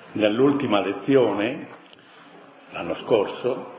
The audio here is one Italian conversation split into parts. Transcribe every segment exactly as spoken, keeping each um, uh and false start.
Nell'ultima lezione, l'anno scorso,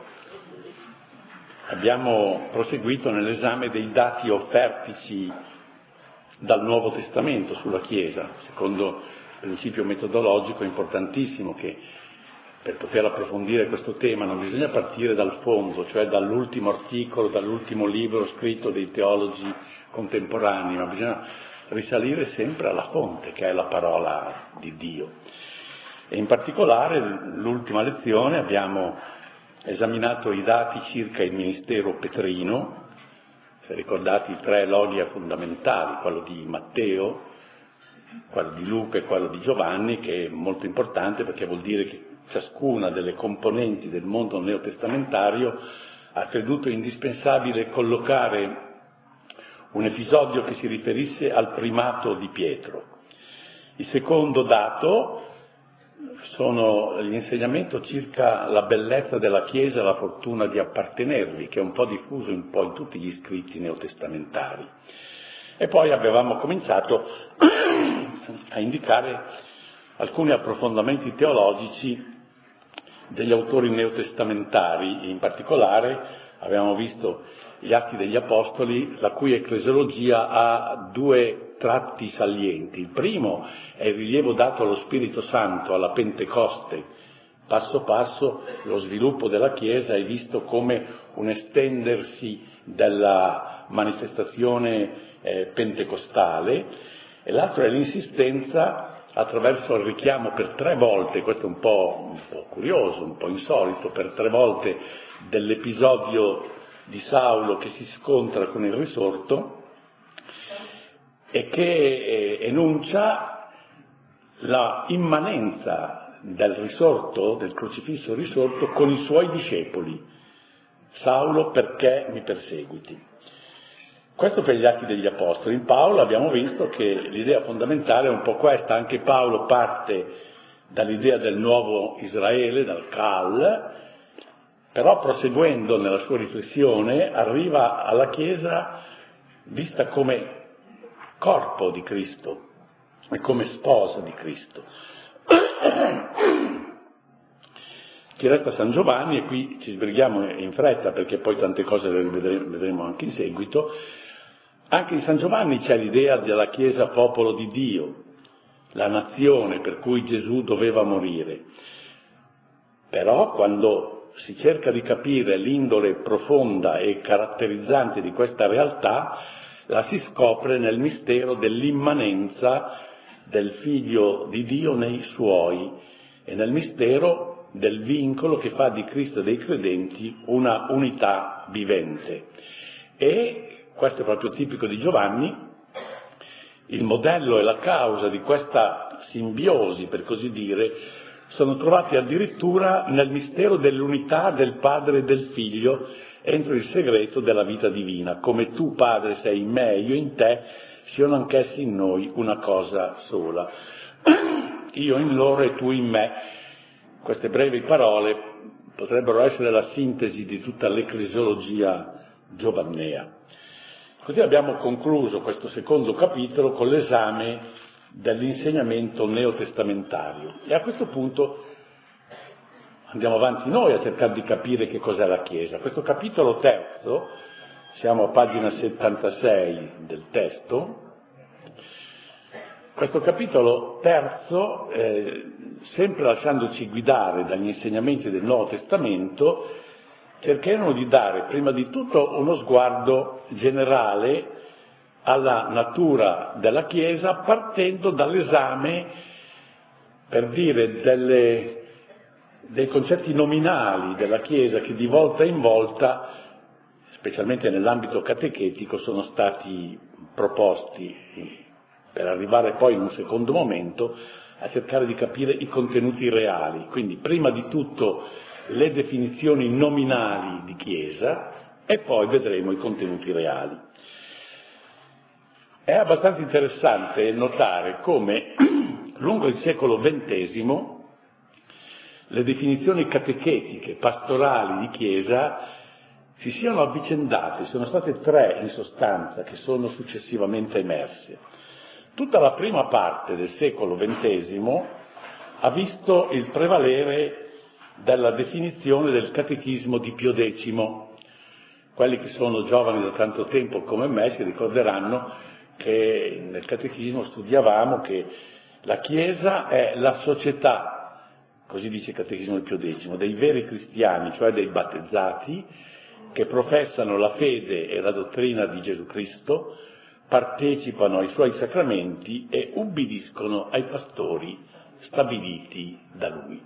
abbiamo proseguito nell'esame dei dati offertici dal Nuovo Testamento sulla Chiesa, secondo il principio metodologico importantissimo che per poter approfondire questo tema non bisogna partire dal fondo, cioè dall'ultimo articolo, dall'ultimo libro scritto dei teologi contemporanei, ma bisogna risalire sempre alla fonte, che è la parola di Dio. E in particolare l'ultima lezione abbiamo esaminato i dati circa il ministero petrino, se ricordate i tre logia fondamentali, quello di Matteo, quello di Luca e quello di Giovanni, che è molto importante perché vuol dire che ciascuna delle componenti del mondo neotestamentario ha creduto indispensabile collocare un episodio che si riferisse al primato di Pietro. Il secondo dato sono l'insegnamento circa la bellezza della Chiesa e la fortuna di appartenervi, che è un po' diffuso un po' in tutti gli scritti neotestamentari. E poi avevamo cominciato a indicare alcuni approfondimenti teologici degli autori neotestamentari, in particolare avevamo visto gli Atti degli Apostoli, la cui ecclesiologia ha due tratti salienti. Il primo è il rilievo dato allo Spirito Santo, alla Pentecoste. Passo passo lo sviluppo della Chiesa è visto come un estendersi della manifestazione eh, pentecostale, e l'altro è l'insistenza attraverso il richiamo per tre volte, questo è un po', un po' curioso, un po' insolito, per tre volte dell'episodio di Saulo che si scontra con il risorto e che eh, enuncia la immanenza del risorto, del crocifisso risorto, con i suoi discepoli. Saulo, perché mi perseguiti? Questo per gli Atti degli Apostoli. In Paolo abbiamo visto che l'idea fondamentale è un po' questa, anche Paolo parte dall'idea del nuovo Israele, dal Kal, però proseguendo nella sua riflessione arriva alla Chiesa vista come corpo di Cristo e come sposa di Cristo. Ci resta San Giovanni, e qui ci sbrighiamo in fretta perché poi tante cose le vedremo anche in seguito. Anche in San Giovanni c'è l'idea della Chiesa popolo di Dio, la nazione per cui Gesù doveva morire. Però quando si cerca di capire l'indole profonda e caratterizzante di questa realtà, la si scopre nel mistero dell'immanenza del Figlio di Dio nei Suoi e nel mistero del vincolo che fa di Cristo e dei credenti una unità vivente. E questo è proprio tipico di Giovanni, il modello e la causa di questa simbiosi, per così dire, sono trovati addirittura nel mistero dell'unità del Padre e del Figlio entro il segreto della vita divina. Come tu, Padre, sei in me e io in te, siano anch'essi in noi una cosa sola. Io in loro e tu in me. Queste brevi parole potrebbero essere la sintesi di tutta l'ecclesiologia giovannea. Così abbiamo concluso questo secondo capitolo con l'esame dell'insegnamento neotestamentario. E a questo punto andiamo avanti noi a cercare di capire che cos'è la Chiesa. Questo capitolo terzo, siamo a pagina settantasei del testo, questo capitolo terzo, eh, sempre lasciandoci guidare dagli insegnamenti del Nuovo Testamento, cercheranno di dare prima di tutto uno sguardo generale alla natura della Chiesa, partendo dall'esame, per dire, delle, dei concetti nominali della Chiesa che di volta in volta, specialmente nell'ambito catechetico, sono stati proposti, per arrivare poi in un secondo momento a cercare di capire i contenuti reali. Quindi prima di tutto le definizioni nominali di Chiesa e poi vedremo i contenuti reali. È abbastanza interessante notare come lungo il secolo ventesimo le definizioni catechetiche, pastorali di Chiesa si siano avvicendate, sono state tre in sostanza che sono successivamente emerse. Tutta la prima parte del secolo ventesimo ha visto il prevalere della definizione del catechismo di Pio X. Quelli che sono giovani da tanto tempo come me si ricorderanno che nel catechismo studiavamo che la Chiesa è la società, così dice il catechismo di Pio X, dei veri cristiani, cioè dei battezzati, che professano la fede e la dottrina di Gesù Cristo, partecipano ai suoi sacramenti e ubbidiscono ai pastori stabiliti da Lui.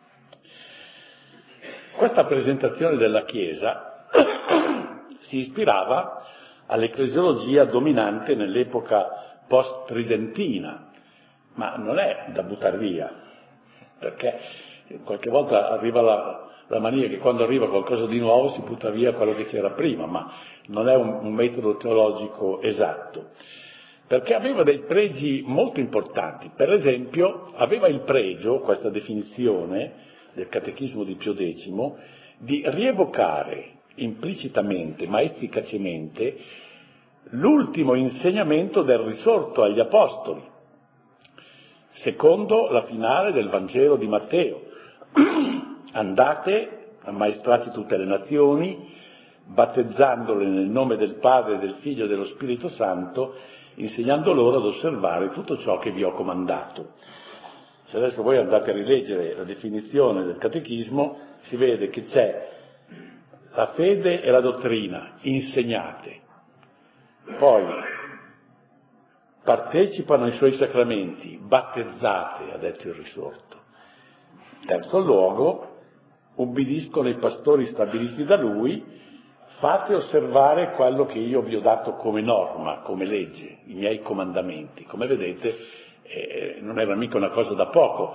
Questa presentazione della Chiesa si ispirava all'ecclesiologia dominante nell'epoca post-tridentina, ma non è da buttare via, perché qualche volta arriva la, la mania che quando arriva qualcosa di nuovo si butta via quello che c'era prima, ma non è un, un metodo teologico esatto, perché aveva dei pregi molto importanti. Per esempio, aveva il pregio, questa definizione del catechismo di Pio X, di rievocare implicitamente ma efficacemente l'ultimo insegnamento del risorto agli Apostoli, secondo la finale del Vangelo di Matteo. Andate, ammaestrate tutte le nazioni, battezzandole nel nome del Padre, del Figlio e dello Spirito Santo, insegnando loro ad osservare tutto ciò che vi ho comandato. Se adesso voi andate a rileggere la definizione del catechismo, si vede che c'è la fede e la dottrina insegnate, poi partecipano ai suoi sacramenti, battezzate, ha detto il risorto. In terzo luogo, ubbidiscono i pastori stabiliti da Lui, fate osservare quello che io vi ho dato come norma, come legge, i miei comandamenti. Come vedete, eh, non era mica una cosa da poco.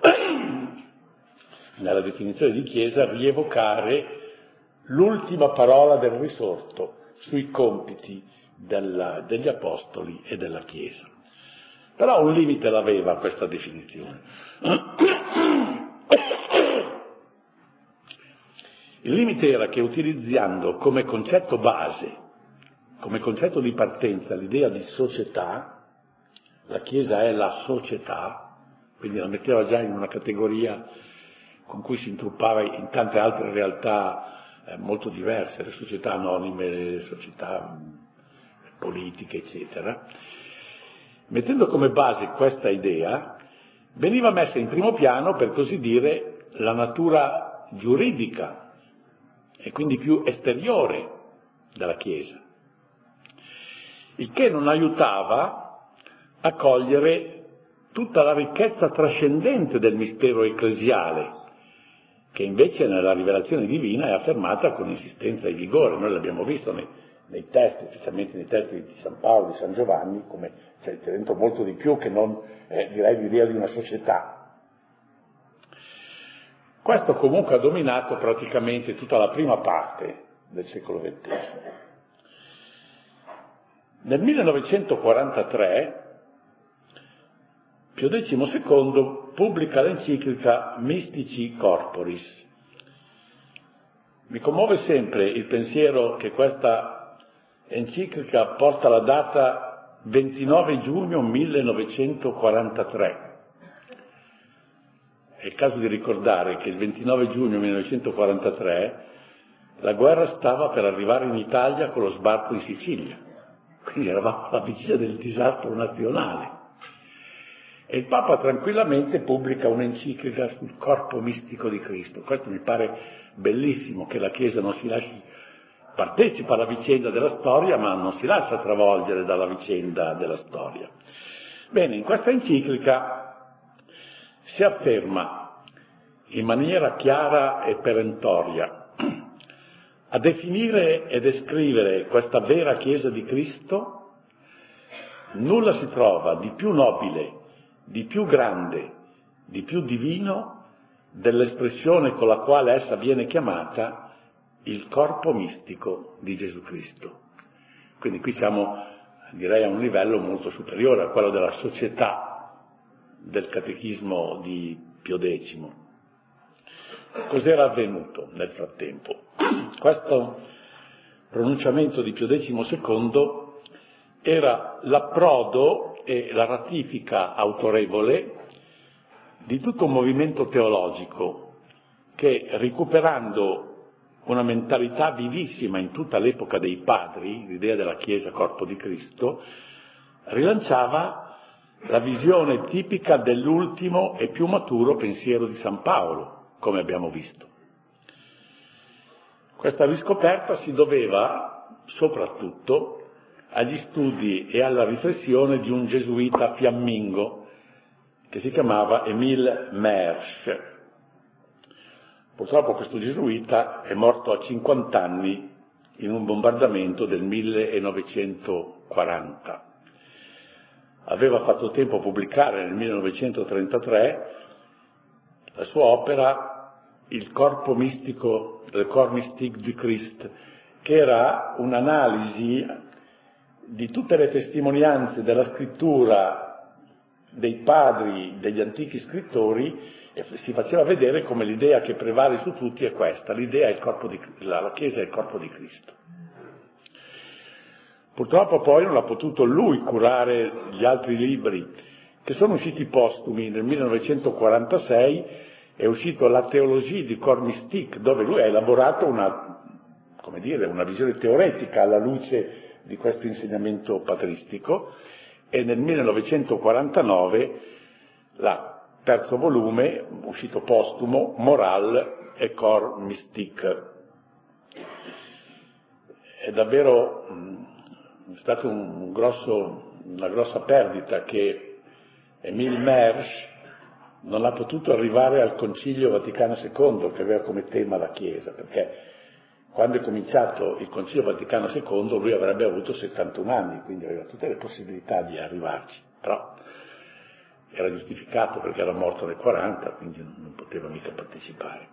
Nella definizione di Chiesa, rievocare l'ultima parola del risorto sui compiti della, degli Apostoli e della Chiesa. Però un limite l'aveva questa definizione. Il limite era che utilizzando come concetto base, come concetto di partenza, l'idea di società, la Chiesa è la società, quindi la metteva già in una categoria con cui si intruppava in tante altre realtà eh, molto diverse, le società anonime, le società politiche, eccetera. Mettendo come base questa idea, veniva messa in primo piano, per così dire, la natura giuridica e quindi più esteriore della Chiesa, il che non aiutava a cogliere tutta la ricchezza trascendente del mistero ecclesiale, che invece nella rivelazione divina è affermata con insistenza e vigore. Noi l'abbiamo visto nei, nei testi, specialmente nei testi di San Paolo, di San Giovanni, come c'è dentro molto di più che non, eh, direi, l'idea di una società. Questo comunque ha dominato praticamente tutta la prima parte del secolo ventesimo. Nel millenovecentoquarantatré Pio secondo pubblica l'enciclica Mystici Corporis. Mi commuove sempre il pensiero che questa enciclica porta la data ventinove giugno millenovecentoquarantatré. È il caso di ricordare che il ventinove giugno millenovecentoquarantatré la guerra stava per arrivare in Italia con lo sbarco in Sicilia, quindi eravamo alla vigilia del disastro nazionale. E il Papa tranquillamente pubblica un'enciclica sul corpo mistico di Cristo. Questo mi pare bellissimo, che la Chiesa non si lasci, partecipa alla vicenda della storia, ma non si lascia travolgere dalla vicenda della storia. Bene, in questa enciclica si afferma in maniera chiara e perentoria a definire e descrivere questa vera Chiesa di Cristo. Nulla si trova di più nobile, di più grande, di più divino dell'espressione con la quale essa viene chiamata il corpo mistico di Gesù Cristo. Quindi qui siamo, direi, a un livello molto superiore a quello della società del catechismo di Pio X. Cos'era avvenuto nel frattempo? Questo pronunciamento di Pio secondo era l'approdo e la ratifica autorevole di tutto un movimento teologico che, recuperando una mentalità vivissima in tutta l'epoca dei padri, l'idea della Chiesa corpo di Cristo, rilanciava la visione tipica dell'ultimo e più maturo pensiero di San Paolo, come abbiamo visto. Questa riscoperta si doveva soprattutto agli studi e alla riflessione di un gesuita fiammingo che si chiamava Émile Mersch. Purtroppo questo gesuita è morto a cinquanta anni in un bombardamento del millenovecentoquaranta. Aveva fatto tempo a pubblicare nel millenovecentotrentatré la sua opera Il corpo mistico, Le corps mystique du Christ, che era un'analisi di tutte le testimonianze della scrittura dei padri, degli antichi scrittori, e si faceva vedere come l'idea che prevale su tutti è questa: l'idea è il corpo di, la, la Chiesa è il corpo di Cristo. Purtroppo poi non ha potuto lui curare gli altri libri che sono usciti postumi. Nel millenovecentoquarantasei è uscito La Théologie du corps mystique, dove lui ha elaborato una, come dire, una visione teoretica alla luce di questo insegnamento patristico, e nel millenovecentoquarantanove la terzo volume, uscito postumo, Morale et corps mystique. È davvero è stata un grosso, una grossa perdita che Émile Mersch non ha potuto arrivare al Concilio Vaticano secondo, che aveva come tema la Chiesa, perché quando è cominciato il Concilio Vaticano secondo lui avrebbe avuto settantuno anni, quindi aveva tutte le possibilità di arrivarci, però era giustificato perché era morto nel quaranta, quindi non poteva mica partecipare.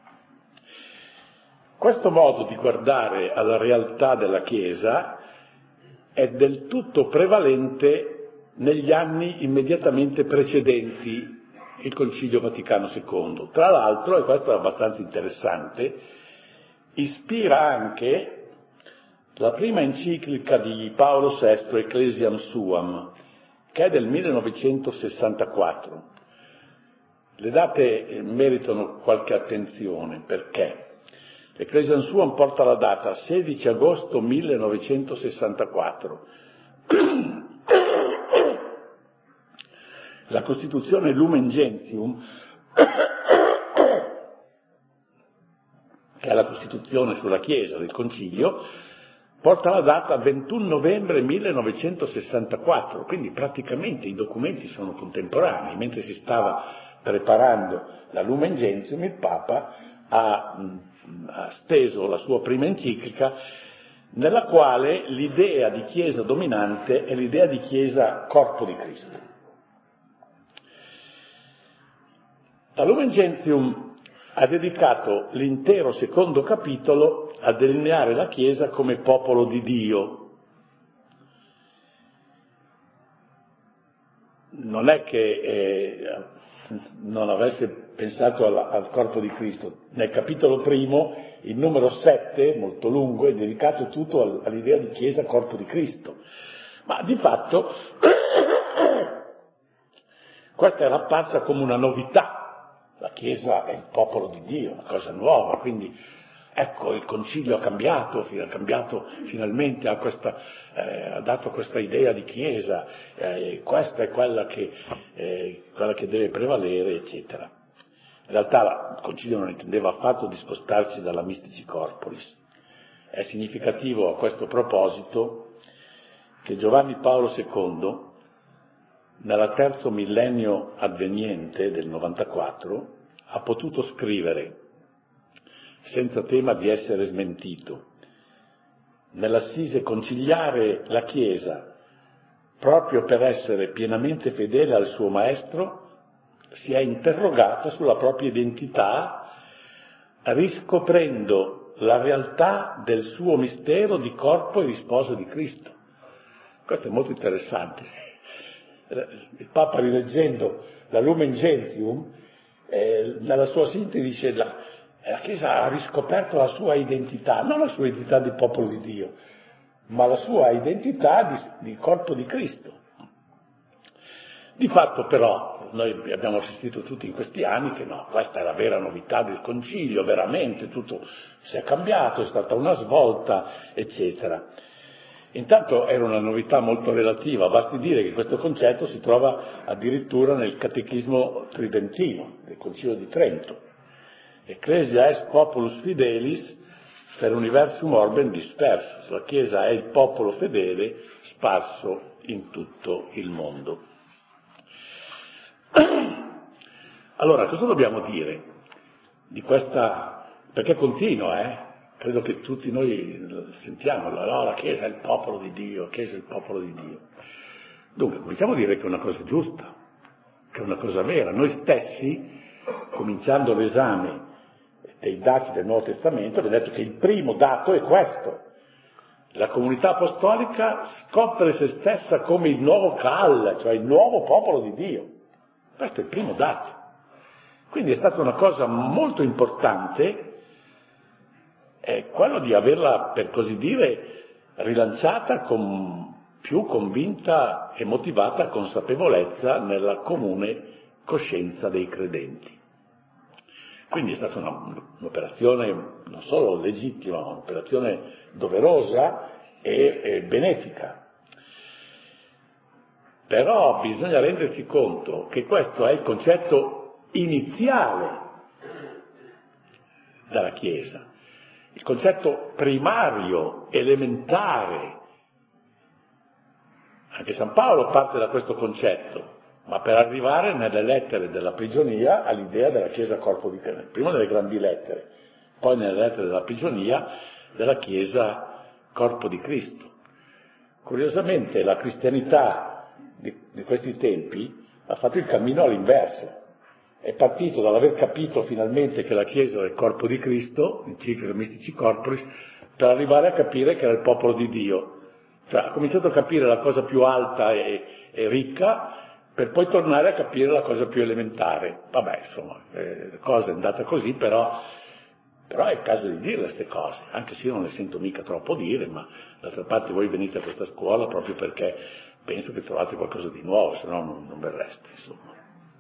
Questo modo di guardare alla realtà della Chiesa è del tutto prevalente negli anni immediatamente precedenti il Concilio Vaticano secondo. Tra l'altro, e questo è abbastanza interessante, ispira anche la prima enciclica di Paolo sesto, Ecclesiam Suam, che è del millenovecentosessantaquattro. Le date meritano qualche attenzione, perché l'Ecclesiam Suam porta la data sedici agosto millenovecentosessantaquattro. La Costituzione Lumen Gentium, che è la Costituzione sulla Chiesa del Concilio, porta la data ventuno novembre millenovecentosessantaquattro, quindi praticamente i documenti sono contemporanei. Mentre si stava preparando la Lumen Gentium, il Papa ha, ha steso la sua prima enciclica, nella quale l'idea di Chiesa dominante è l'idea di Chiesa corpo di Cristo. La Lumen Gentium ha dedicato l'intero secondo capitolo a delineare la Chiesa come popolo di Dio. Non è che eh, non avesse pensato al, al corpo di Cristo. Nel capitolo primo, il numero sette, molto lungo, è dedicato tutto all'idea di Chiesa corpo di Cristo. Ma di fatto questa era apparsa come una novità. La Chiesa è il popolo di Dio, una cosa nuova, quindi ecco il Concilio ha cambiato, ha cambiato finalmente, ha, questa, eh, ha dato questa idea di Chiesa, eh, questa è quella che, eh, quella che deve prevalere, eccetera. In realtà il Concilio non intendeva affatto di spostarsi dalla Mystici Corporis. È significativo a questo proposito che Giovanni Paolo secondo, nella terzo millennio avveniente del novantaquattro, ha potuto scrivere, senza tema di essere smentito: nell'assise conciliare la Chiesa, proprio per essere pienamente fedele al suo Maestro, si è interrogata sulla propria identità, riscoprendo la realtà del suo mistero di corpo e di sposo di Cristo. Questo è molto interessante. Il Papa, rileggendo la Lumen Gentium, eh, nella sua sintesi dice la, la Chiesa ha riscoperto la sua identità, non la sua identità di popolo di Dio, ma la sua identità di, di corpo di Cristo. Di fatto però noi abbiamo assistito tutti in questi anni che no, questa è la vera novità del concilio, veramente tutto si è cambiato, è stata una svolta, eccetera. Intanto era una novità molto relativa, basti dire che questo concetto si trova addirittura nel Catechismo Tridentino del Concilio di Trento. Ecclesia est populus fidelis per universum orbem dispersus. La Chiesa è il popolo fedele sparso in tutto il mondo. Allora, cosa dobbiamo dire di questa... perché continua, eh? Credo che tutti noi sentiamo, no, la Chiesa è il popolo di Dio, la Chiesa è il popolo di Dio. Dunque, cominciamo a dire che è una cosa giusta, che è una cosa vera. Noi stessi, cominciando l'esame dei dati del Nuovo Testamento, abbiamo detto che il primo dato è questo. La comunità apostolica scopre se stessa come il nuovo Cal, cioè il nuovo popolo di Dio. Questo è il primo dato. Quindi è stata una cosa molto importante è quello di averla, per così dire, rilanciata con più convinta e motivata consapevolezza nella comune coscienza dei credenti. Quindi è stata una, un'operazione non solo legittima, ma un'operazione doverosa e, e benefica. Però bisogna rendersi conto che questo è il concetto iniziale della Chiesa. Il concetto primario, elementare. Anche San Paolo parte da questo concetto, ma per arrivare nelle lettere della prigionia all'idea della Chiesa corpo di Cristo, prima nelle grandi lettere, poi nelle lettere della prigionia della Chiesa corpo di Cristo. Curiosamente la cristianità di, di questi tempi ha fatto il cammino all'inverso. È partito dall'aver capito finalmente che la Chiesa era il corpo di Cristo, enciclica Mystici Corporis, per arrivare a capire che era il popolo di Dio. Cioè ha cominciato a capire la cosa più alta e, e ricca, per poi tornare a capire la cosa più elementare. Vabbè, insomma, eh, la cosa è andata così, però, però è il caso di dire queste cose, anche se io non le sento mica troppo dire, ma d'altra parte voi venite a questa scuola proprio perché penso che trovate qualcosa di nuovo, se no non, non verreste, insomma.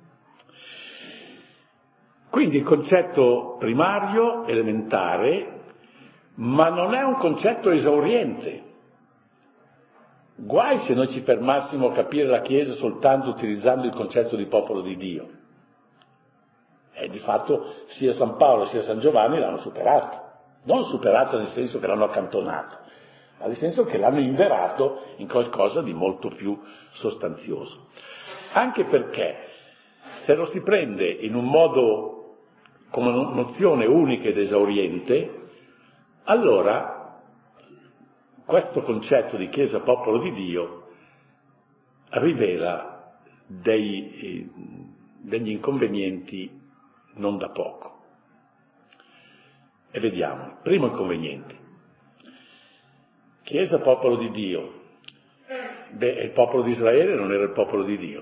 Quindi il concetto primario, elementare, ma non è un concetto esauriente. Guai se noi ci fermassimo a capire la Chiesa soltanto utilizzando il concetto di popolo di Dio. E di fatto sia San Paolo sia San Giovanni l'hanno superato. Non superato nel senso che l'hanno accantonato, ma nel senso che l'hanno inverato in qualcosa di molto più sostanzioso. Anche perché se lo si prende in un modo come nozione unica ed esauriente, allora questo concetto di Chiesa popolo di Dio rivela dei, degli inconvenienti non da poco. E vediamo, primo inconveniente. Chiesa popolo di Dio. Beh, il popolo di Israele non era il popolo di Dio.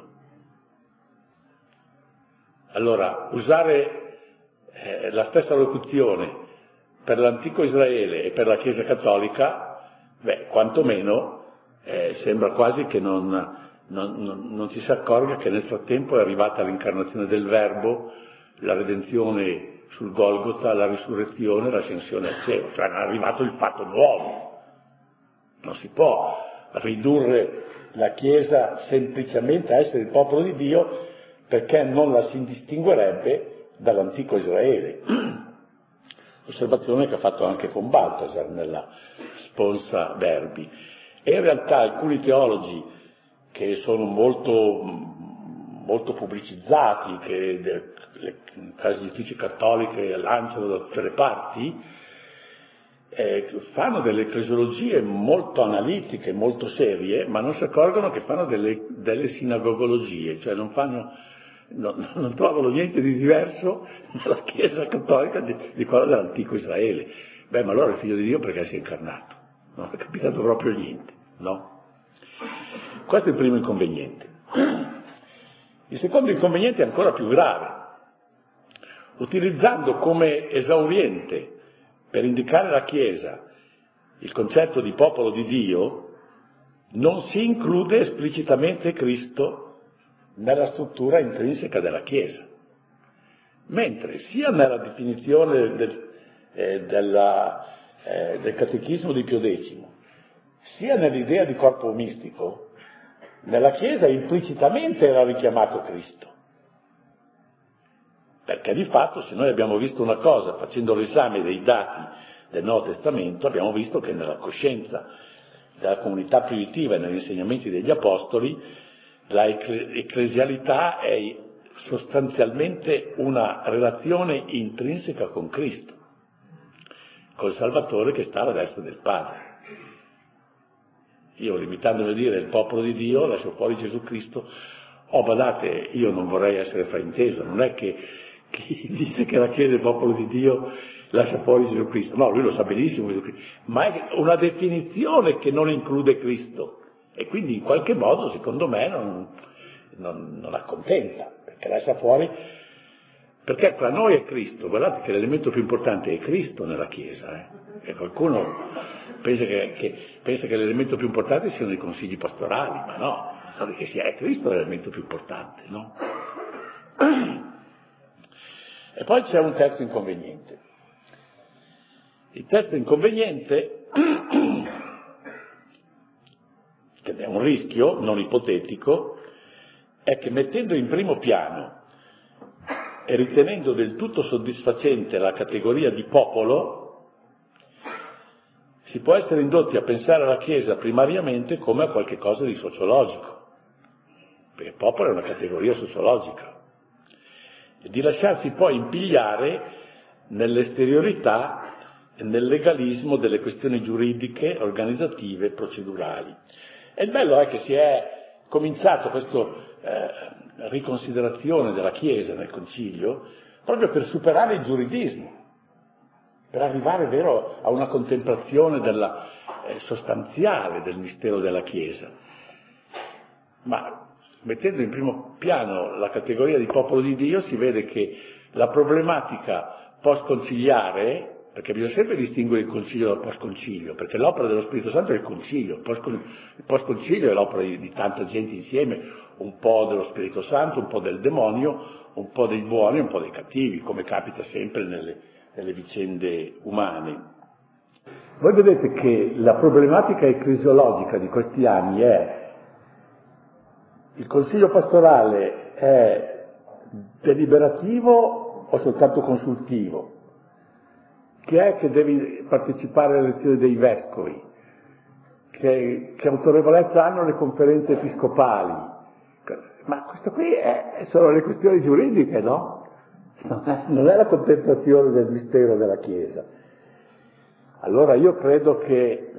Allora, usare eh, la stessa locuzione per l'antico Israele e per la Chiesa cattolica, beh, quantomeno eh, sembra quasi che non, non, non, non ci si accorga che nel frattempo è arrivata l'incarnazione del Verbo, la redenzione sul Golgota, la risurrezione, l'ascensione al cielo, cioè è arrivato il fatto nuovo. Non si può ridurre la Chiesa semplicemente a essere il popolo di Dio, perché non la si distinguerebbe dall'antico Israele. Osservazione che ha fatto anche von Balthasar nella Sponsa Verbi. E in realtà alcuni teologi che sono molto, molto pubblicizzati, che le, le case editrici cattoliche lanciano da tutte le parti, eh, fanno delle ecclesiologie molto analitiche, molto serie, ma non si accorgono che fanno delle, delle sinagogologie, cioè non fanno... Non, non trovano niente di diverso nella Chiesa cattolica di, di quello dell'antico Israele. Beh, ma allora è figlio di Dio perché si è incarnato, non è capitato proprio niente, no? Questo è il primo inconveniente. Il secondo inconveniente è ancora più grave. Utilizzando come esauriente per indicare la Chiesa il concetto di popolo di Dio, non si include esplicitamente Cristo nella struttura intrinseca della Chiesa. Mentre sia nella definizione del, eh, della, eh, del catechismo di Pio Decimo, sia nell'idea di corpo mistico, nella Chiesa implicitamente era richiamato Cristo. Perché di fatto, se noi abbiamo visto una cosa, facendo l'esame dei dati del Nuovo Testamento, abbiamo visto che nella coscienza della comunità primitiva e negli insegnamenti degli Apostoli, la ecclesialità è sostanzialmente una relazione intrinseca con Cristo, col Salvatore che sta alla destra del Padre. Io, limitandomi a dire il popolo di Dio, lascio fuori Gesù Cristo. Oh, badate, io non vorrei essere frainteso, non è che chi dice che la Chiesa è il popolo di Dio lascia fuori Gesù Cristo, no, lui lo sa benissimo Gesù Cristo, ma è una definizione che non include Cristo e quindi in qualche modo, secondo me, non, non, non accontenta, perché lascia fuori, perché tra noi e Cristo, guardate che l'elemento più importante è Cristo nella Chiesa, eh? E qualcuno pensa che, che, pensa che l'elemento più importante siano i consigli pastorali, ma no, perché sia è Cristo l'elemento più importante, no? E poi c'è un terzo inconveniente. Il terzo inconveniente, che è un rischio non ipotetico, è che mettendo in primo piano e ritenendo del tutto soddisfacente la categoria di popolo, si può essere indotti a pensare alla Chiesa primariamente come a qualche cosa di sociologico, perché popolo è una categoria sociologica, e di lasciarsi poi impigliare nell'esteriorità e nel legalismo delle questioni giuridiche, organizzative, procedurali. E il bello è che si è cominciato questa eh, riconsiderazione della Chiesa nel Concilio proprio per superare il giuridismo, per arrivare, vero, a una contemplazione della, eh, sostanziale del mistero della Chiesa. Ma mettendo in primo piano la categoria di popolo di Dio si vede che la problematica post-conciliare, perché bisogna sempre distinguere il concilio dal post-concilio, perché l'opera dello Spirito Santo è il concilio, il post-concilio è l'opera di, di tanta gente insieme, un po' dello Spirito Santo, un po' del demonio, un po' dei buoni e un po' dei cattivi, come capita sempre nelle, nelle vicende umane. Voi vedete che la problematica ecclesiologica di questi anni è: il consiglio pastorale è deliberativo o soltanto consultivo? Chi è che deve partecipare alle elezioni dei vescovi? Che, che autorevolezza hanno le conferenze episcopali? Ma questo qui è, sono le questioni giuridiche, no? Non è, non è la contemplazione del mistero della Chiesa. Allora io credo che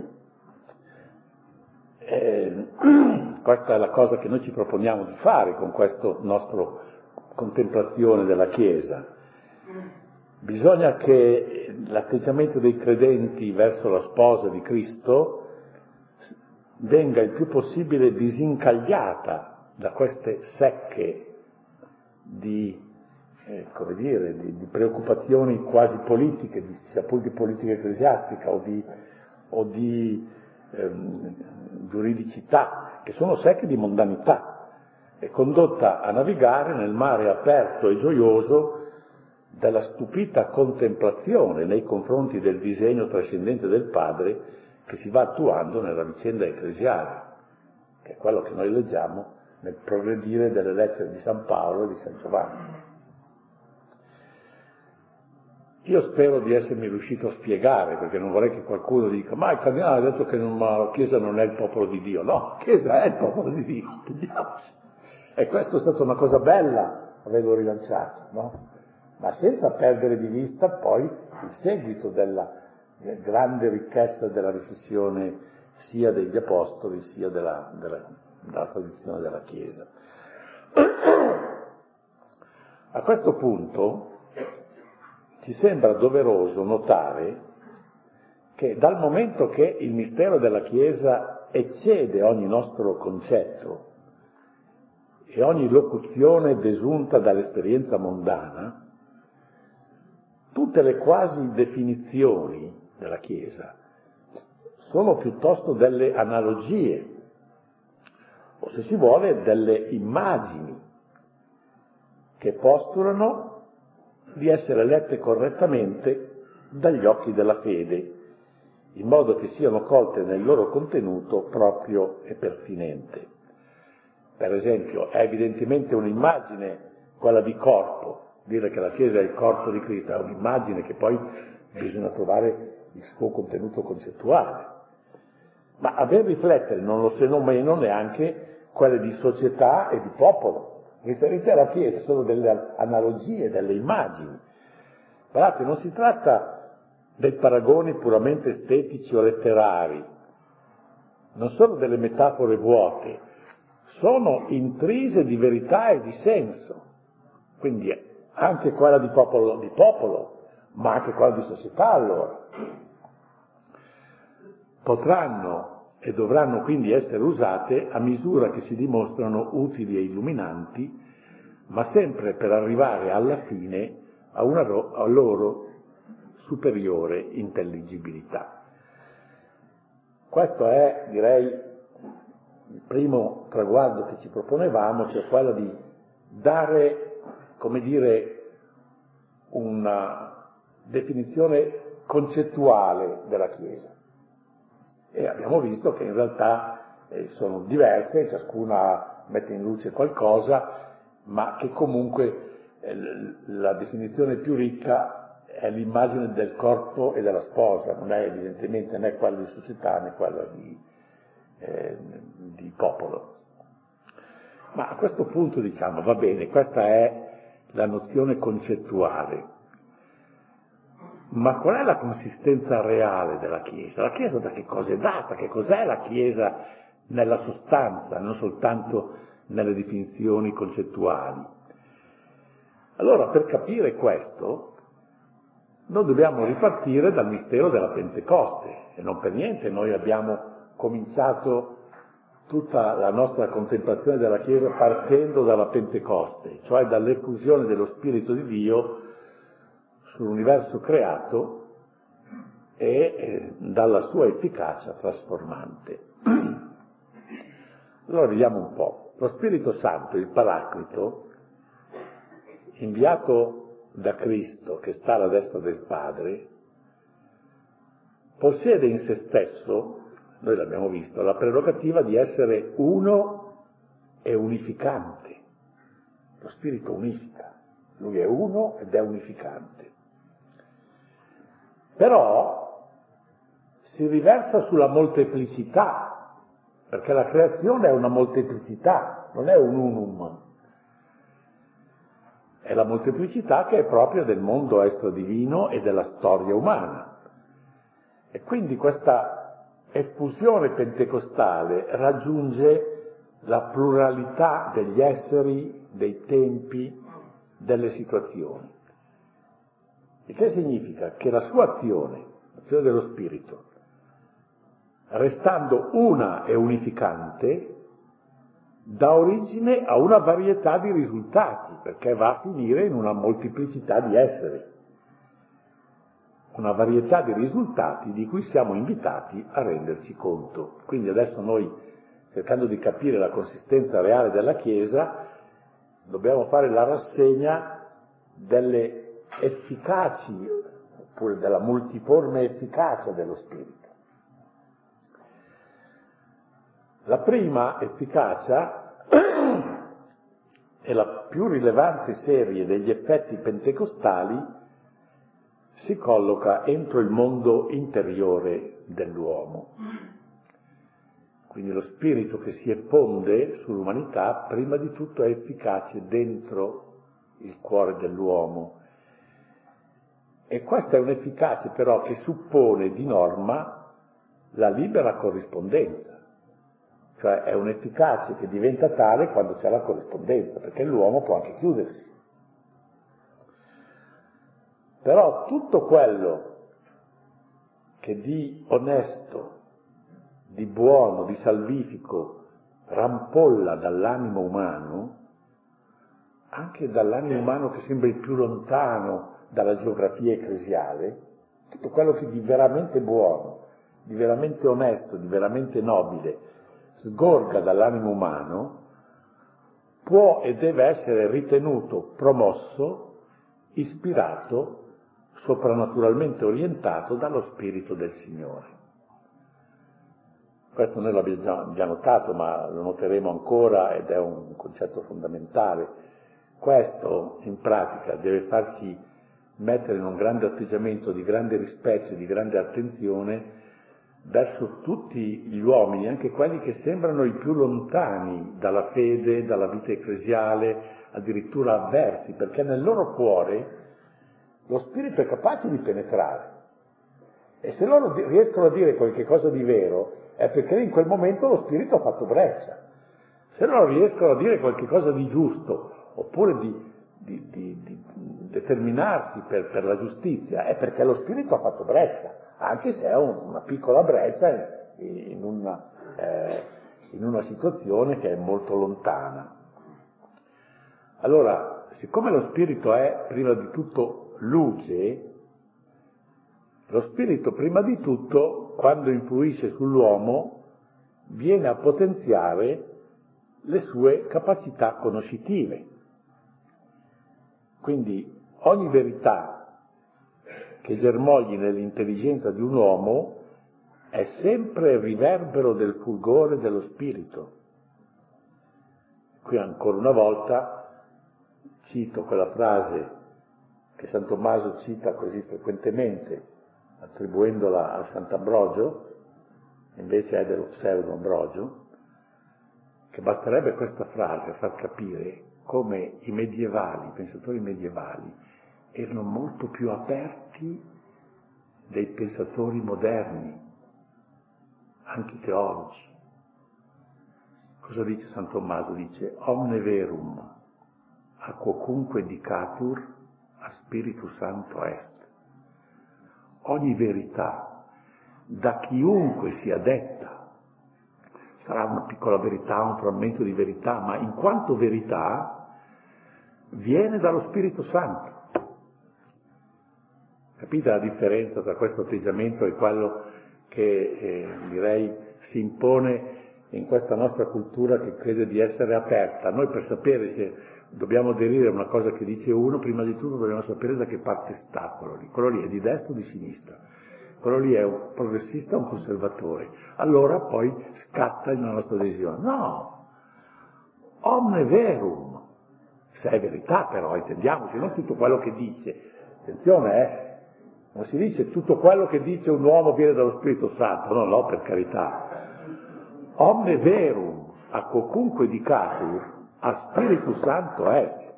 eh, questa è la cosa che noi ci proponiamo di fare con questa nostra contemplazione della Chiesa. Bisogna che l'atteggiamento dei credenti verso la sposa di Cristo venga il più possibile disincagliata da queste secche di, eh, come dire, di, di preoccupazioni quasi politiche, di, sia pure di politica ecclesiastica o di, o di ehm, giuridicità, che sono secche di mondanità, è condotta a navigare nel mare aperto e gioioso dalla stupita contemplazione nei confronti del disegno trascendente del Padre che si va attuando nella vicenda ecclesiale, che è quello che noi leggiamo nel progredire delle lettere di San Paolo e di San Giovanni. Io spero di essermi riuscito a spiegare, perché non vorrei che qualcuno dica: ma il cardinale ha detto che non, la Chiesa non è il popolo di Dio. No, la Chiesa è il popolo di Dio, intendiamoci. E questo è stata una cosa bella, averlo rilanciato, no? Ma senza perdere di vista poi il seguito della grande ricchezza della riflessione sia degli Apostoli sia della, della, della tradizione della Chiesa. A questo punto ci sembra doveroso notare che dal momento che il mistero della Chiesa eccede ogni nostro concetto e ogni locuzione desunta dall'esperienza mondana, tutte le quasi definizioni della Chiesa sono piuttosto delle analogie, o se si vuole delle immagini che postulano di essere lette correttamente dagli occhi della fede, in modo che siano colte nel loro contenuto proprio e pertinente. Per esempio, è evidentemente un'immagine quella di corpo, dire che la Chiesa è il corpo di Cristo è un'immagine che poi bisogna trovare il suo contenuto concettuale, ma a ben riflettere non lo se non meno neanche quelle di società e di popolo. Riferite alla Chiesa sono delle analogie, delle immagini. Guardate, non si tratta dei paragoni puramente estetici o letterari, non sono delle metafore vuote, sono intrise di verità e di senso. Quindi anche quella di popolo, di popolo, ma anche quella di società allora. Potranno e dovranno quindi essere usate a misura che si dimostrano utili e illuminanti, ma sempre per arrivare alla fine a una ro- a loro superiore intelligibilità. Questo è, direi, il primo traguardo che ci proponevamo, cioè quello di dare, come dire, una definizione concettuale della Chiesa. E abbiamo visto che in realtà eh, sono diverse, ciascuna mette in luce qualcosa, ma che comunque eh, la definizione più ricca è l'immagine del corpo e della sposa, non è evidentemente né quella di società né quella di, eh, di popolo. Ma a questo punto diciamo, va bene, questa è la nozione concettuale. Ma qual è la consistenza reale della Chiesa? La Chiesa da che cosa è data? Che cos'è la Chiesa nella sostanza, non soltanto nelle definizioni concettuali? Allora, per capire questo, noi dobbiamo ripartire dal mistero della Pentecoste, e non per niente noi abbiamo cominciato tutta la nostra contemplazione della Chiesa partendo dalla Pentecoste, cioè dall'effusione dello Spirito di Dio sull'universo creato e eh, dalla sua efficacia trasformante. Allora vediamo un po'. Lo Spirito Santo, il Paraclito, inviato da Cristo che sta alla destra del Padre, possiede in se stesso, noi l'abbiamo visto, la prerogativa di essere uno e unificante. Lo Spirito unifica, lui è uno ed è unificante. Però si riversa sulla molteplicità, perché la creazione è una molteplicità, non è un unum. È la molteplicità che è propria del mondo extradivino e della storia umana. E quindi questa effusione pentecostale raggiunge la pluralità degli esseri, dei tempi, delle situazioni. Il che significa che la sua azione, l'azione dello Spirito, restando una e unificante, dà origine a una varietà di risultati, perché va a finire in una molteplicità di esseri, una varietà di risultati di cui siamo invitati a renderci conto. Quindi adesso noi, cercando di capire la consistenza reale della Chiesa, dobbiamo fare la rassegna delle efficaci, oppure della multiforme efficacia dello Spirito. La prima efficacia e la più rilevante serie degli effetti pentecostali si colloca entro il mondo interiore dell'uomo. Quindi lo Spirito che si effonde sull'umanità, prima di tutto è efficace dentro il cuore dell'uomo. E questa è un'efficacia però che suppone di norma la libera corrispondenza. Cioè è un'efficacia che diventa tale quando c'è la corrispondenza, perché l'uomo può anche chiudersi. Però tutto quello che di onesto, di buono, di salvifico rampolla dall'animo umano, anche dall'animo umano che sembra il più lontano dalla geografia ecclesiale, tutto quello che di veramente buono, di veramente onesto, di veramente nobile sgorga dall'animo umano, può e deve essere ritenuto promosso, ispirato, soprannaturalmente orientato dallo Spirito del Signore. Questo noi l'abbiamo già notato, ma lo noteremo ancora ed è un concetto fondamentale. Questo, in pratica, deve farci mettere in un grande atteggiamento di grande rispetto e di grande attenzione verso tutti gli uomini, anche quelli che sembrano i più lontani dalla fede, dalla vita ecclesiale, addirittura avversi, perché nel loro cuore lo Spirito è capace di penetrare. E se loro riescono a dire qualche cosa di vero, è perché in quel momento lo Spirito ha fatto breccia. Se loro riescono a dire qualche cosa di giusto, oppure di, di, di, di determinarsi per, per la giustizia, è perché lo Spirito ha fatto breccia, anche se è un, una piccola breccia in una, eh, in una situazione che è molto lontana. Allora, siccome lo Spirito è prima di tutto luce, lo Spirito prima di tutto, quando influisce sull'uomo, viene a potenziare le sue capacità conoscitive. Quindi ogni verità che germogli nell'intelligenza di un uomo è sempre il riverbero del fulgore dello Spirito. Qui ancora una volta cito quella frase che San Tommaso cita così frequentemente, attribuendola a Sant'Ambrogio, invece è dello pseudo Ambrogio, che basterebbe questa frase a far capire come i medievali, i pensatori medievali, erano molto più aperti dei pensatori moderni, anche teologi. Cosa dice San Tommaso? Dice: omne verum a quocunque dicatur a Spiritu Santo est. Ogni verità, da chiunque sia detta, sarà una piccola verità, un frammento di verità, ma in quanto verità viene dallo Spirito Santo. Capite la differenza tra questo atteggiamento e quello che eh, direi si impone in questa nostra cultura che crede di essere aperta? Noi, per sapere se dobbiamo aderire a una cosa che dice uno, prima di tutto dobbiamo sapere da che parte sta quello lì. Quello lì è di destra o di sinistra? Quello lì è un progressista o un conservatore? Allora poi scatta la nostra adesione. No! Omne verum. Se è verità però, intendiamoci, non tutto quello che dice. Attenzione, eh! Non si dice tutto quello che dice un uomo viene dallo Spirito Santo. No, no, per carità. Omne verum a quocunque dicatur a Spiritu Santo est.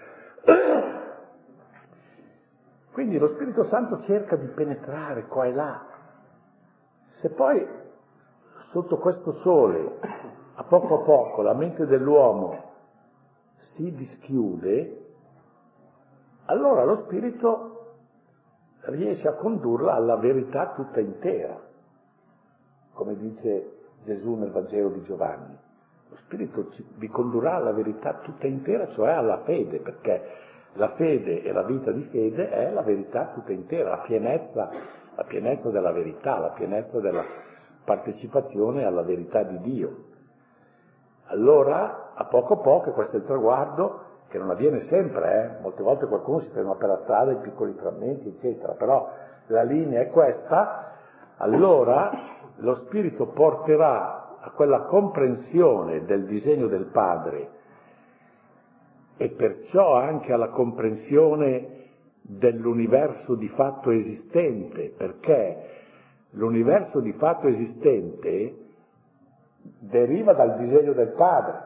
Quindi lo Spirito Santo cerca di penetrare qua e là. Se poi sotto questo sole, a poco a poco, la mente dell'uomo si dischiude, allora lo Spirito riesce a condurla alla verità tutta intera, come dice Gesù nel Vangelo di Giovanni. Lo Spirito ci, vi condurrà alla verità tutta intera, cioè alla fede, perché la fede e la vita di fede è la verità tutta intera, la pienezza, la pienezza della verità, la pienezza della partecipazione alla verità di Dio. Allora, a poco a poco, questo è il traguardo, che non avviene sempre, eh? Molte volte qualcuno si ferma per la strada in piccoli frammenti, eccetera, però la linea è questa, allora lo Spirito porterà a quella comprensione del disegno del Padre e perciò anche alla comprensione dell'universo di fatto esistente, perché l'universo di fatto esistente deriva dal disegno del Padre,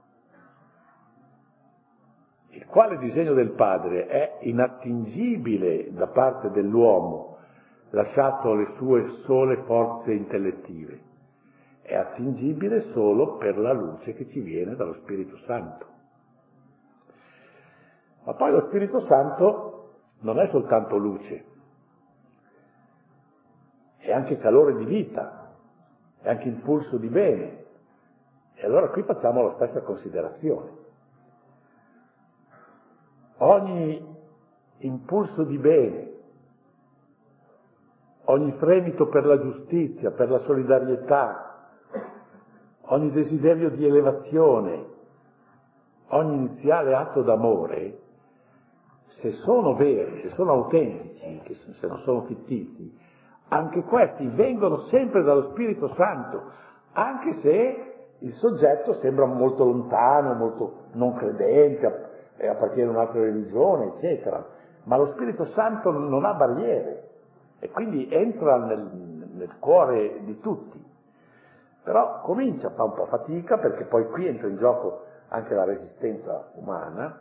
il quale disegno del Padre è inattingibile da parte dell'uomo, lasciato alle sue sole forze intellettive, è attingibile solo per la luce che ci viene dallo Spirito Santo. Ma poi lo Spirito Santo non è soltanto luce, è anche calore di vita, è anche impulso di bene. E allora qui facciamo la stessa considerazione. Ogni impulso di bene, ogni fremito per la giustizia, per la solidarietà, ogni desiderio di elevazione, ogni iniziale atto d'amore, se sono veri, se sono autentici, che se non sono fittizi, anche questi vengono sempre dallo Spirito Santo, anche se il soggetto sembra molto lontano, molto non credente, appartiene a un'altra religione, eccetera. Ma lo Spirito Santo non ha barriere e quindi entra nel, nel cuore di tutti. Però comincia a fare un po' fatica, perché poi qui entra in gioco anche la resistenza umana,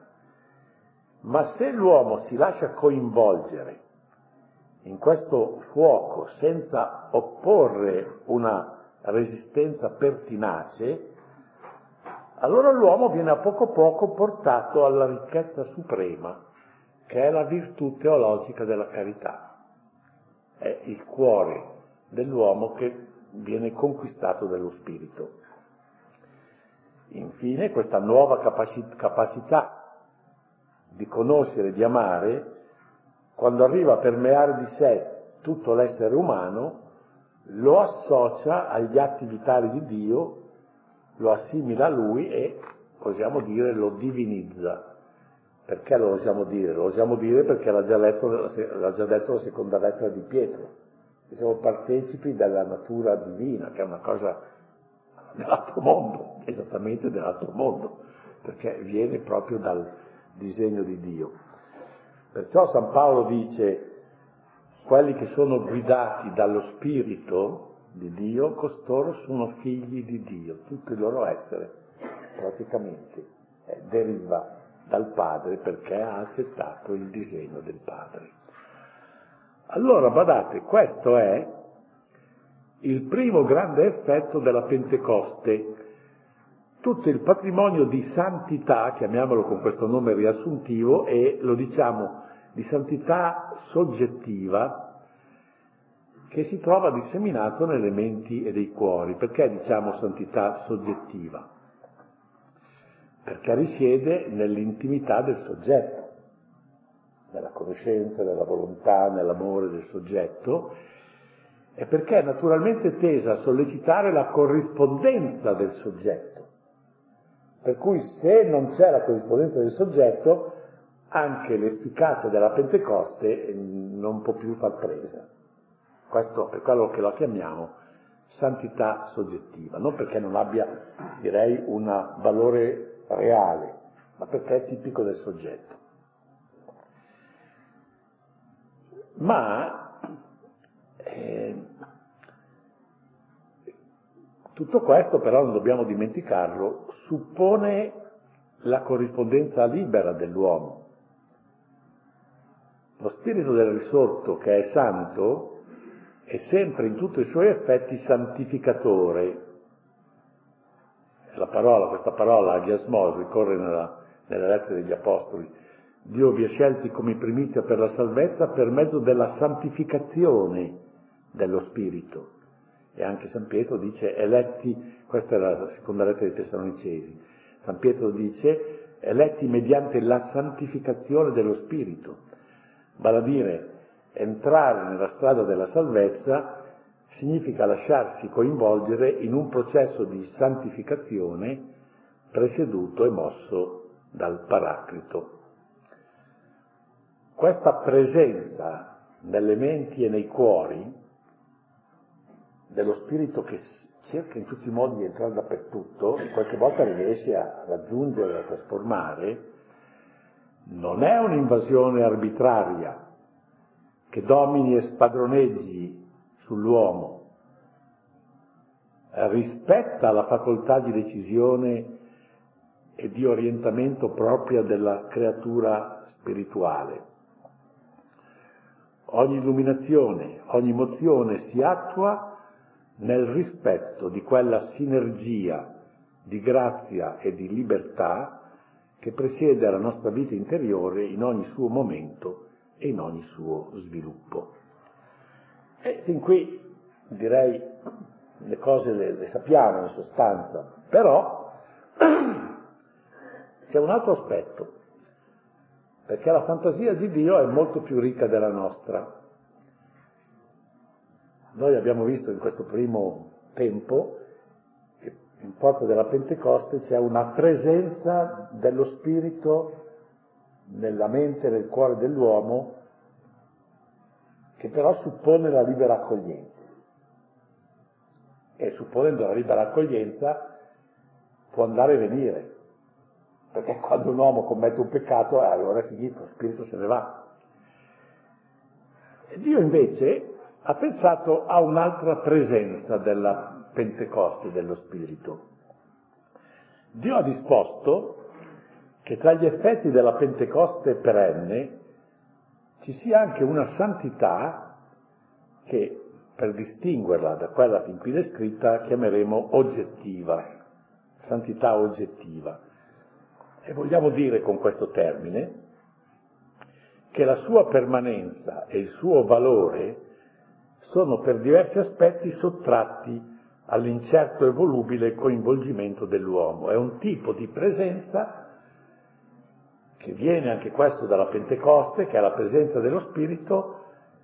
ma se l'uomo si lascia coinvolgere in questo fuoco senza opporre una resistenza pertinace, allora l'uomo viene a poco a poco portato alla ricchezza suprema, che è la virtù teologica della carità. È il cuore dell'uomo che viene conquistato dallo Spirito. Infine, questa nuova capaci- capacità di conoscere e di amare, quando arriva a permeare di sé tutto l'essere umano, lo associa agli atti vitali di Dio, lo assimila a Lui e, possiamo dire, lo divinizza. Perché lo osiamo dire? Lo osiamo dire perché l'ha già, letto, l'ha già detto la seconda lettera di Pietro, che siamo partecipi della natura divina, che è una cosa dell'altro mondo, esattamente dell'altro mondo, perché viene proprio dal disegno di Dio. Perciò San Paolo dice: quelli che sono guidati dallo Spirito di Dio, costoro sono figli di Dio. Tutto il loro essere praticamente eh, deriva dal Padre, perché ha accettato il disegno del Padre. Allora, badate, questo è il primo grande effetto della Pentecoste. Tutto il patrimonio di santità, chiamiamolo con questo nome riassuntivo, e lo diciamo di santità soggettiva, che si trova disseminato nelle menti e dei cuori. Perché diciamo santità soggettiva? Perché risiede nell'intimità del soggetto, nella conoscenza, nella volontà, nell'amore del soggetto, e perché è naturalmente tesa a sollecitare la corrispondenza del soggetto. Per cui se non c'è la corrispondenza del soggetto, anche l'efficacia della Pentecoste non può più far presa. Questo è quello che la chiamiamo santità soggettiva, non perché non abbia, direi, un valore reale, ma perché è tipico del soggetto. Ma eh, tutto questo, però, non dobbiamo dimenticarlo, suppone la corrispondenza libera dell'uomo. Lo spirito del risorto, che è santo, è sempre in tutti i suoi effetti santificatore. La parola, questa parola, agiasmos, ricorre nella, nelle lettere degli Apostoli. Dio vi ha scelti come primizia per la salvezza per mezzo della santificazione dello spirito. E anche San Pietro dice eletti, questa è la seconda lettera dei Tessalonicesi, San Pietro dice eletti mediante la santificazione dello spirito. Vale a dire, entrare nella strada della salvezza significa lasciarsi coinvolgere in un processo di santificazione presieduto e mosso dal Paraclito. Questa presenza nelle menti e nei cuori dello spirito, che cerca in tutti i modi di entrare dappertutto e qualche volta riesce a raggiungere, a trasformare, non è un'invasione arbitraria che domini e spadroneggi sull'uomo, rispetta la facoltà di decisione e di orientamento propria della creatura spirituale. Ogni illuminazione, ogni emozione si attua nel rispetto di quella sinergia di grazia e di libertà che presiede alla nostra vita interiore in ogni suo momento e in ogni suo sviluppo. E fin qui, direi, le cose le, le sappiamo in sostanza, però c'è un altro aspetto, perché la fantasia di Dio è molto più ricca della nostra. Noi abbiamo visto in questo primo tempo che in forza della Pentecoste c'è una presenza dello Spirito nella mente e nel cuore dell'uomo che però suppone la libera accoglienza. E supponendo la libera accoglienza può andare e venire, perché quando un uomo commette un peccato, eh, allora è finito, lo Spirito se ne va. E Dio invece ha pensato a un'altra presenza della Pentecoste dello Spirito. Dio ha disposto che tra gli effetti della Pentecoste perenne ci sia anche una santità che, per distinguerla da quella fin qui descritta, chiameremo oggettiva, santità oggettiva. E vogliamo dire con questo termine che la sua permanenza e il suo valore sono per diversi aspetti sottratti all'incerto e volubile coinvolgimento dell'uomo. È un tipo di presenza che viene anche questo dalla Pentecoste, che è la presenza dello Spirito,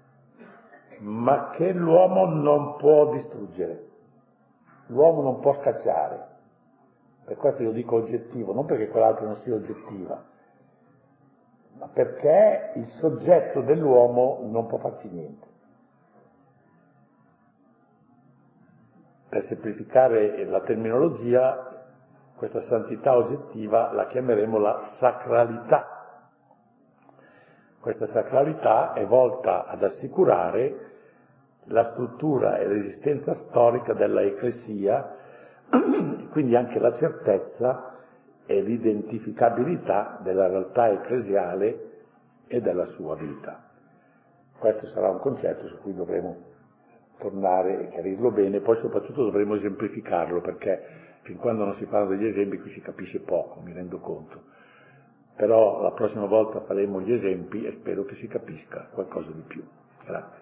ma che l'uomo non può distruggere, l'uomo non può scacciare. Per questo io dico oggettivo, non perché quell'altro non sia oggettiva, ma perché il soggetto dell'uomo non può farci niente. Per semplificare la terminologia, questa santità oggettiva la chiameremo la sacralità. Questa sacralità è volta ad assicurare la struttura e l'esistenza storica della Ecclesia, quindi anche la certezza e l'identificabilità della realtà ecclesiale e della sua vita. Questo sarà un concetto su cui dovremo tornare e chiarirlo bene, poi soprattutto dovremo esemplificarlo, perché fin quando non si parla degli esempi qui si capisce poco, mi rendo conto. Però la prossima volta faremo gli esempi e spero che si capisca qualcosa di più. Grazie.